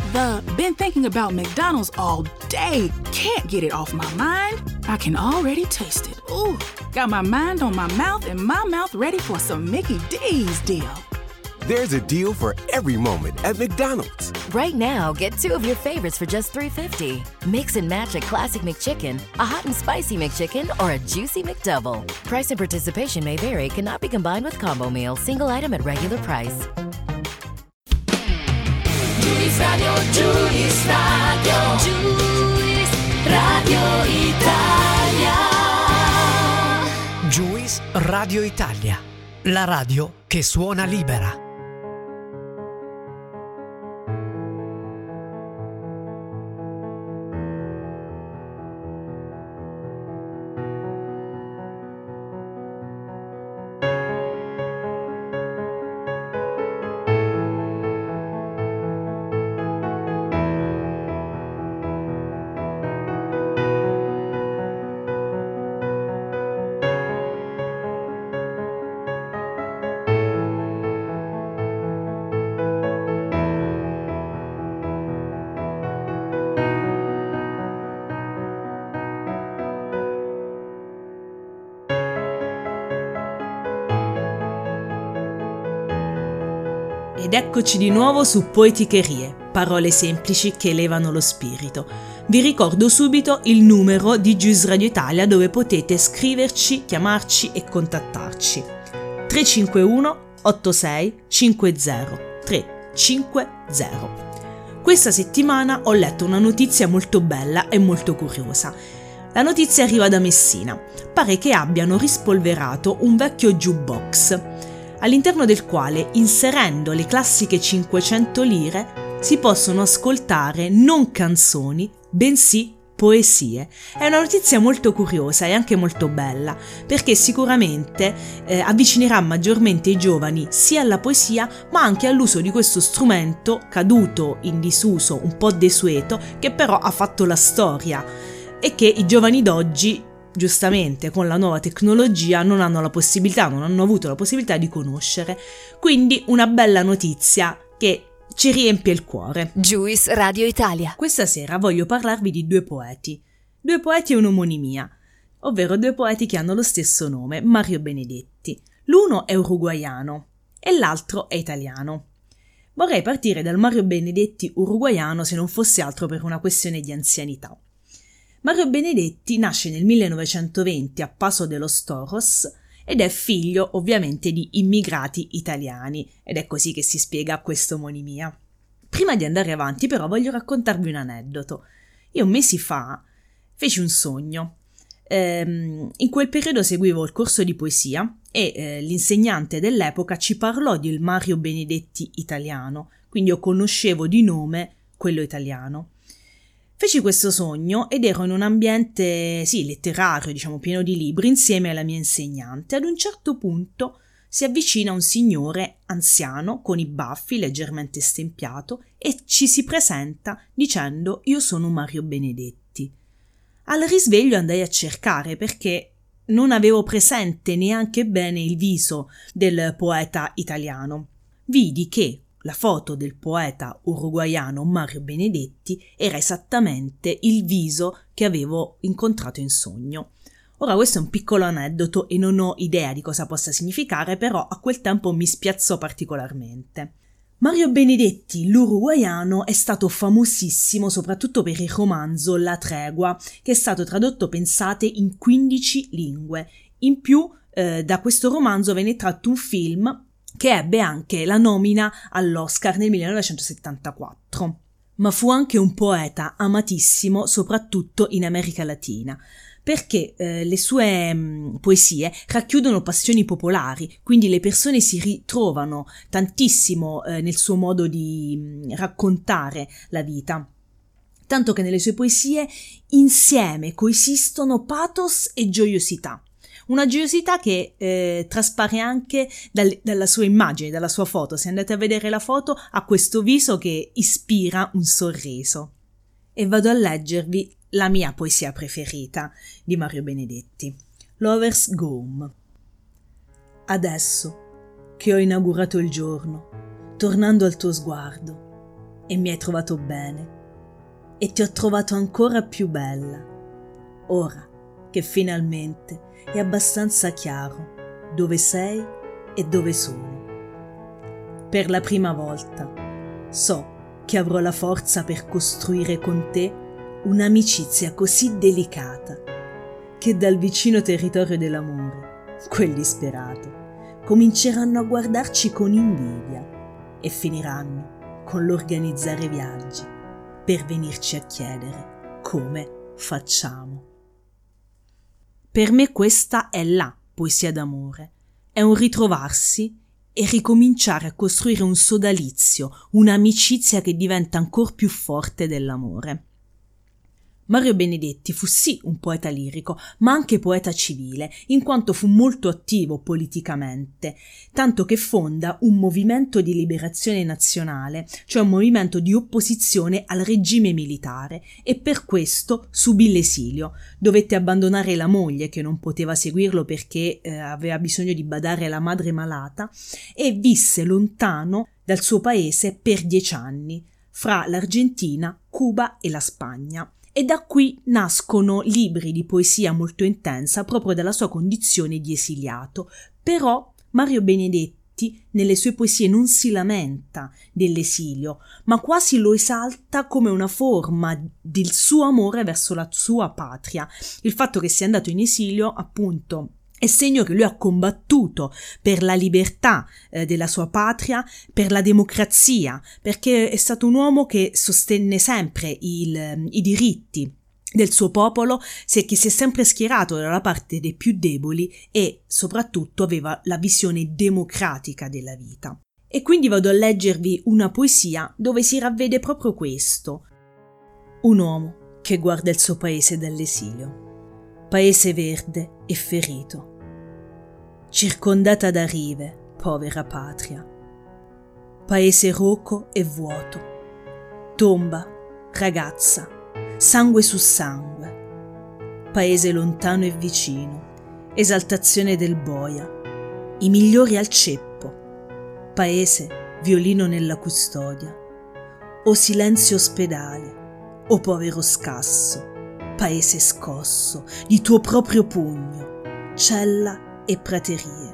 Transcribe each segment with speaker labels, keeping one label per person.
Speaker 1: Been thinking about McDonald's all day. Can't get it off my mind. I can already taste it. Ooh, got my mind on my mouth and my mouth ready for some Mickey D's deal.
Speaker 2: There's a deal for every moment at McDonald's.
Speaker 3: Right now, get 2 of your favorites for just $3.50. Mix and match a classic McChicken, a hot and spicy McChicken, or a juicy McDouble. Price and participation may vary. Cannot be combined with combo meal. Single item at regular price.
Speaker 4: Juice Radio, Juice Radio, Juice Radio Italia.
Speaker 5: Juice Radio Italia, la radio che suona libera.
Speaker 6: Ed eccoci di nuovo su Poeticherie, parole semplici che elevano lo spirito. Vi ricordo subito il numero di Juice Radio Italia dove potete scriverci, chiamarci e contattarci. 351 86 50 350. Questa settimana ho letto una notizia molto bella e molto curiosa. La notizia arriva da Messina. Pare che abbiano rispolverato un vecchio jukebox, all'interno del quale, inserendo le classiche 500 lire, si possono ascoltare non canzoni, bensì poesie. È una notizia molto curiosa e anche molto bella, perché sicuramente avvicinerà maggiormente i giovani sia alla poesia, ma anche all'uso di questo strumento caduto in disuso, un po' desueto, che però ha fatto la storia e che i giovani d'oggi, giustamente con la nuova tecnologia, non hanno avuto la possibilità di conoscere. Quindi una bella notizia che ci riempie il cuore.
Speaker 3: Juice Radio Italia.
Speaker 6: Questa sera voglio parlarvi di 2 poeti e un'omonimia, ovvero 2 poeti che hanno lo stesso nome, Mario Benedetti. L'uno è uruguaiano e l'altro è italiano. Vorrei partire dal Mario Benedetti uruguaiano, se non fosse altro per una questione di anzianità. Mario Benedetti nasce nel 1920 a Paso de los Toros ed è figlio ovviamente di immigrati italiani, ed è così che si spiega questa omonimia. Prima di andare avanti però voglio raccontarvi un aneddoto. Io mesi fa feci un sogno. In quel periodo seguivo il corso di poesia e l'insegnante dell'epoca ci parlò di Mario Benedetti italiano, quindi io conoscevo di nome quello italiano. Feci questo sogno ed ero in un ambiente, letterario, pieno di libri, insieme alla mia insegnante. Ad un certo punto si avvicina un signore anziano con i baffi, leggermente stempiato, e ci si presenta dicendo: «Io sono Mario Benedetti». Al risveglio andai a cercare perché non avevo presente neanche bene il viso del poeta italiano. Vidi che la foto del poeta uruguaiano Mario Benedetti era esattamente il viso che avevo incontrato in sogno. Ora, questo è un piccolo aneddoto e non ho idea di cosa possa significare, però a quel tempo mi spiazzò particolarmente. Mario Benedetti, l'uruguaiano, è stato famosissimo soprattutto per il romanzo La tregua, che è stato tradotto, pensate, in 15 lingue. In più, da questo romanzo venne tratto un film che ebbe anche la nomina all'Oscar nel 1974. Ma fu anche un poeta amatissimo soprattutto in America Latina, perché le sue poesie racchiudono passioni popolari, quindi le persone si ritrovano tantissimo nel suo modo di raccontare la vita. Tanto che nelle sue poesie insieme coesistono pathos e gioiosità. Una gioiosità che traspare anche dalla sua immagine, dalla sua foto. Se andate a vedere la foto, ha questo viso che ispira un sorriso. E vado a leggervi la mia poesia preferita di Mario Benedetti, Lovers Home. Adesso che ho inaugurato il giorno, tornando al tuo sguardo, e mi hai trovato bene e ti ho trovato ancora più bella, ora che finalmente è abbastanza chiaro dove sei e dove sono. Per la prima volta so che avrò la forza per costruire con te un'amicizia così delicata che dal vicino territorio dell'amore, quelli sperato, cominceranno a guardarci con invidia e finiranno con l'organizzare viaggi per venirci a chiedere come facciamo. Per me questa è la poesia d'amore, è un ritrovarsi e ricominciare a costruire un sodalizio, un'amicizia che diventa ancor più forte dell'amore. Mario Benedetti fu sì un poeta lirico, ma anche poeta civile, in quanto fu molto attivo politicamente, tanto che fonda un movimento di liberazione nazionale, cioè un movimento di opposizione al regime militare, e per questo subì l'esilio. Dovette abbandonare la moglie, che non poteva seguirlo perché aveva bisogno di badare alla madre malata, e visse lontano dal suo paese per 10 anni, fra l'Argentina, Cuba e la Spagna. E da qui nascono libri di poesia molto intensa proprio dalla sua condizione di esiliato. Però Mario Benedetti nelle sue poesie non si lamenta dell'esilio, ma quasi lo esalta come una forma del suo amore verso la sua patria. Il fatto che sia andato in esilio, appunto, è segno che lui ha combattuto per la libertà della sua patria, per la democrazia, perché è stato un uomo che sostenne sempre i diritti del suo popolo, che si è sempre schierato dalla parte dei più deboli e soprattutto aveva la visione democratica della vita. E quindi vado a leggervi una poesia dove si ravvede proprio questo. Un uomo che guarda il suo paese dall'esilio. Paese verde e ferito, circondata da rive, povera patria. Paese roco e vuoto, tomba, ragazza, sangue su sangue. Paese lontano e vicino, esaltazione del boia, i migliori al ceppo. Paese violino nella custodia, o silenzio ospedale, o povero scasso. Paese scosso di tuo proprio pugno, cella e praterie.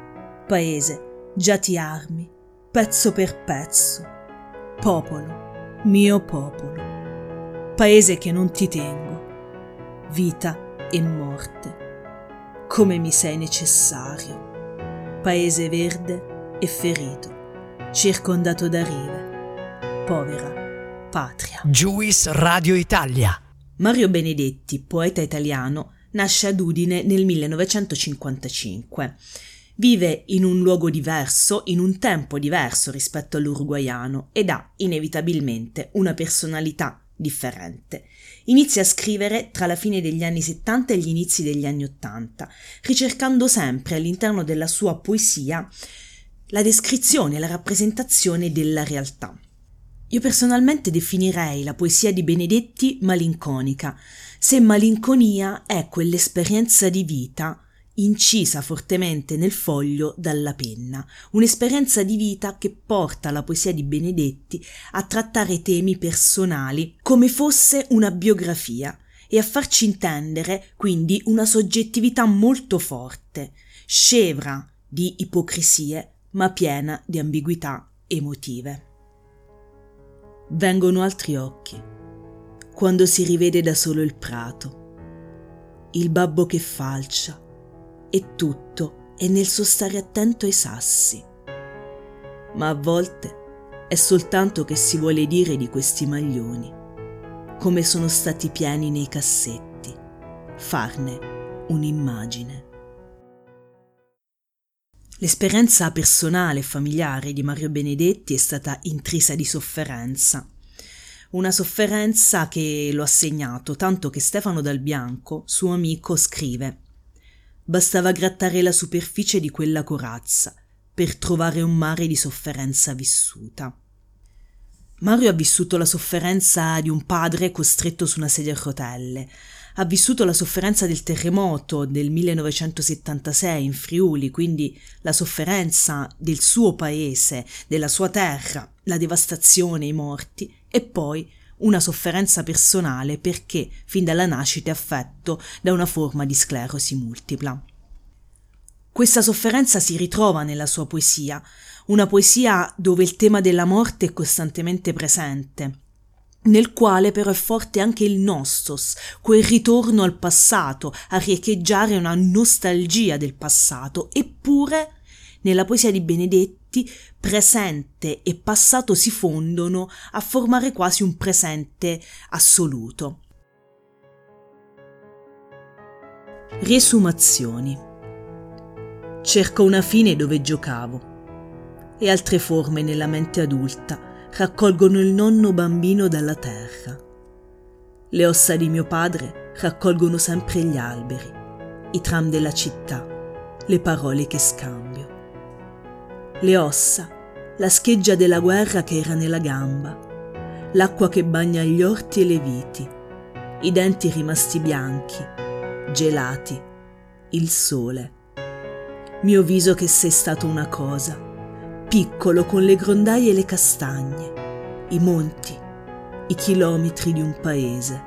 Speaker 6: Paese già ti armi, pezzo per pezzo. Popolo, mio popolo. Paese che non ti tengo, vita e morte. Come mi sei necessario. Paese verde e ferito, circondato da rive, povera patria.
Speaker 5: Juice Radio Italia.
Speaker 6: Mario Benedetti, poeta italiano, nasce ad Udine nel 1955. Vive in un luogo diverso, in un tempo diverso rispetto all'uruguaiano ed ha inevitabilmente una personalità differente. Inizia a scrivere tra la fine degli anni 70 e gli inizi degli anni 80, ricercando sempre all'interno della sua poesia la descrizione e la rappresentazione della realtà. Io personalmente definirei la poesia di Benedetti malinconica, se malinconia è quell'esperienza di vita incisa fortemente nel foglio dalla penna, un'esperienza di vita che porta la poesia di Benedetti a trattare temi personali come fosse una biografia e a farci intendere quindi una soggettività molto forte, scevra di ipocrisie ma piena di ambiguità emotive. Vengono altri occhi, quando si rivede da solo il prato, il babbo che falcia, e tutto è nel suo stare attento ai sassi. Ma a volte è soltanto che si vuole dire di questi maglioni, come sono stati pieni nei cassetti, farne un'immagine. L'esperienza personale e familiare di Mario Benedetti è stata intrisa di sofferenza. Una sofferenza che lo ha segnato, tanto che Stefano Dal Bianco, suo amico, scrive: «Bastava grattare la superficie di quella corazza per trovare un mare di sofferenza vissuta». Mario ha vissuto la sofferenza di un padre costretto su una sedia a rotelle, ha vissuto la sofferenza del terremoto del 1976 in Friuli, quindi la sofferenza del suo paese, della sua terra, la devastazione, i morti, e poi una sofferenza personale perché fin dalla nascita è affetto da una forma di sclerosi multipla. Questa sofferenza si ritrova nella sua poesia, una poesia dove il tema della morte è costantemente presente, nel quale però è forte anche il nostos, quel ritorno al passato, a riecheggiare una nostalgia del passato. Eppure nella poesia di Benedetti presente e passato si fondono a formare quasi un presente assoluto. Riesumazioni. Cerco una fine dove giocavo e altre forme nella mente adulta raccolgono il nonno bambino dalla terra. Le ossa di mio padre raccolgono sempre gli alberi, i tram della città, le parole che scambio. Le ossa, la scheggia della guerra che era nella gamba, l'acqua che bagna gli orti e le viti, i denti rimasti bianchi, gelati, il sole. Mio viso che sei stato una cosa, piccolo con le grondaie e le castagne, i monti, i chilometri di un paese.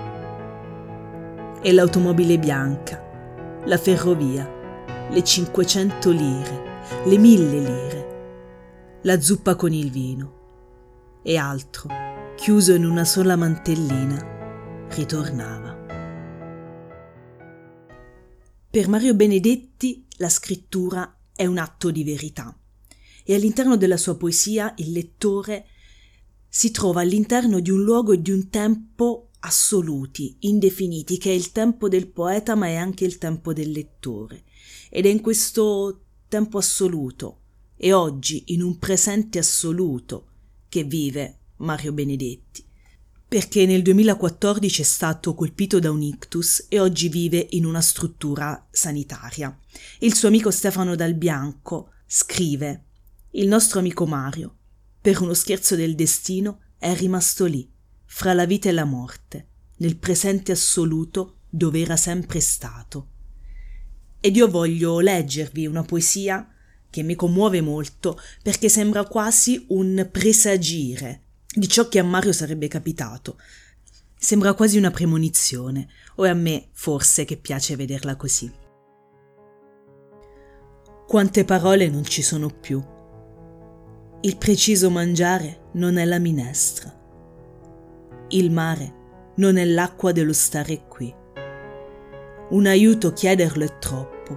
Speaker 6: E l'automobile bianca, la ferrovia, le 500 lire, le 1000 lire, la zuppa con il vino e altro, chiuso in una sola mantellina, ritornava. Per Mario Benedetti la scrittura è un atto di verità. E all'interno della sua poesia il lettore si trova all'interno di un luogo e di un tempo assoluti, indefiniti, che è il tempo del poeta ma è anche il tempo del lettore. Ed è in questo tempo assoluto e oggi in un presente assoluto che vive Mario Benedetti, perché nel 2014 è stato colpito da un ictus e oggi vive in una struttura sanitaria. Il suo amico Stefano Dal Bianco scrive: il nostro amico Mario, per uno scherzo del destino, è rimasto lì, fra la vita e la morte, nel presente assoluto dove era sempre stato. Ed io voglio leggervi una poesia che mi commuove molto perché sembra quasi un presagire di ciò che a Mario sarebbe capitato. Sembra quasi una premonizione, o è a me forse che piace vederla così. Quante parole non ci sono più. Il preciso mangiare non è la minestra. Il mare non è l'acqua dello stare qui. Un aiuto chiederlo è troppo.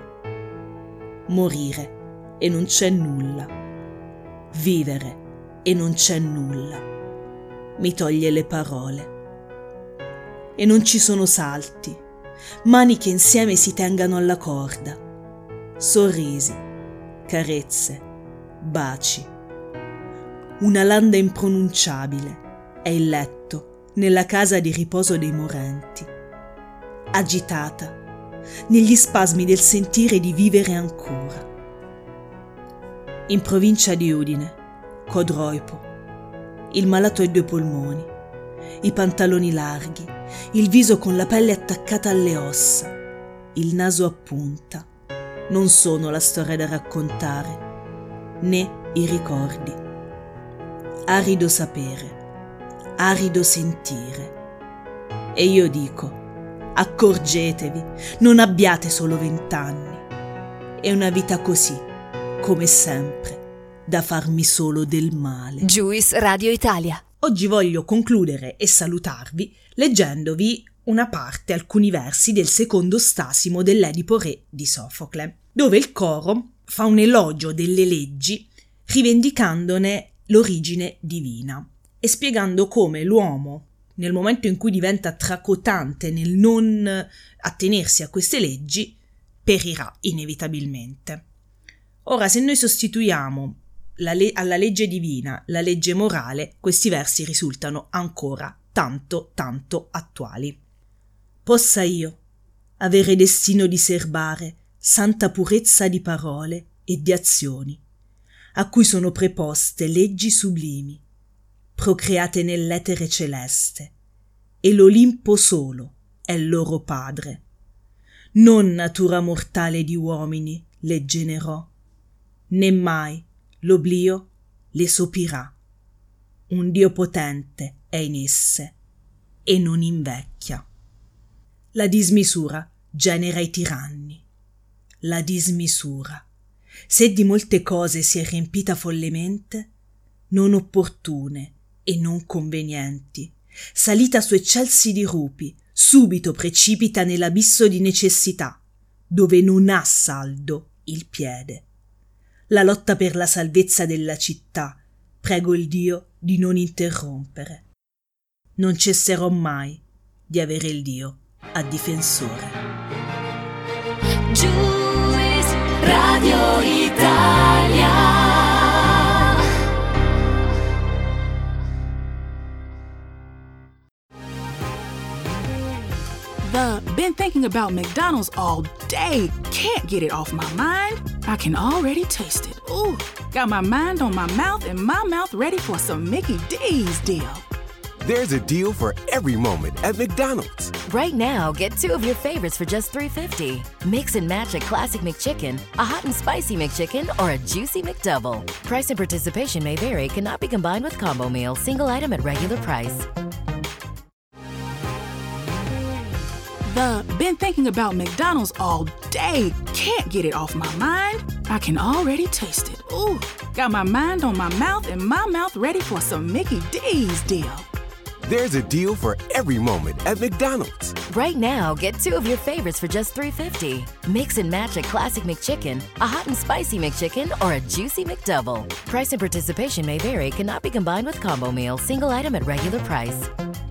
Speaker 6: Morire e non c'è nulla. Vivere e non c'è nulla. Mi toglie le parole. E non ci sono salti, mani che insieme si tengano alla corda, sorrisi, carezze, baci. Una landa impronunciabile è il letto nella casa di riposo dei morenti, agitata negli spasmi del sentire di vivere ancora. In provincia di Udine, Codroipo, il malato ha 2 polmoni, i pantaloni larghi, il viso con la pelle attaccata alle ossa, il naso a punta. Non sono la storia da raccontare, né i ricordi. Arido sapere, arido sentire. E io dico, accorgetevi, non abbiate solo 20 anni. È una vita così, come sempre, da farmi solo del male.
Speaker 3: Juice Radio Italia.
Speaker 6: Oggi voglio concludere e salutarvi leggendovi una parte, alcuni versi del secondo stasimo dell'Edipo Re di Sofocle, dove il coro fa un elogio delle leggi rivendicandone l'origine divina e spiegando come l'uomo, nel momento in cui diventa tracotante nel non attenersi a queste leggi, perirà inevitabilmente. Ora, se noi sostituiamo alla legge divina la legge morale, questi versi risultano ancora tanto attuali. Possa io avere destino di serbare santa purezza di parole e di azioni, a cui sono preposte leggi sublimi, procreate nell'etere celeste, e l'Olimpo solo è loro padre. Non natura mortale di uomini le generò, né mai l'oblio le sopirà. Un Dio potente è in esse e non invecchia. La dismisura genera i tiranni. La dismisura, se di molte cose si è riempita follemente, non opportune e non convenienti, salita su eccelsi dirupi, subito precipita nell'abisso di necessità, dove non ha saldo il piede. La lotta per la salvezza della città, prego il Dio di non interrompere. Non cesserò mai di avere il Dio a difensore.
Speaker 4: Juice Radio Italia.
Speaker 1: Been thinking about McDonald's all day. Can't get it off my mind. I can already taste it. Ooh, got my mind on my mouth and my mouth ready for some Mickey D's deal.
Speaker 2: There's a deal for every moment at McDonald's.
Speaker 3: Right now, get 2 of your favorites for just $3.50. Mix and match a classic McChicken, a hot and spicy McChicken, or a juicy McDouble. Price and participation may vary, cannot be combined with combo meal, single item at regular price.
Speaker 1: Been thinking about McDonald's all day. Can't get it off my mind. I can already taste it. Ooh, got my mind on my mouth and my mouth ready for some Mickey D's deal.
Speaker 2: There's a deal for every moment at McDonald's.
Speaker 3: Right now, get 2 of your favorites for just $3.50. Mix and match a classic McChicken, a hot and spicy McChicken, or a juicy McDouble. Price and participation may vary, cannot be combined with combo meal, single item at regular price.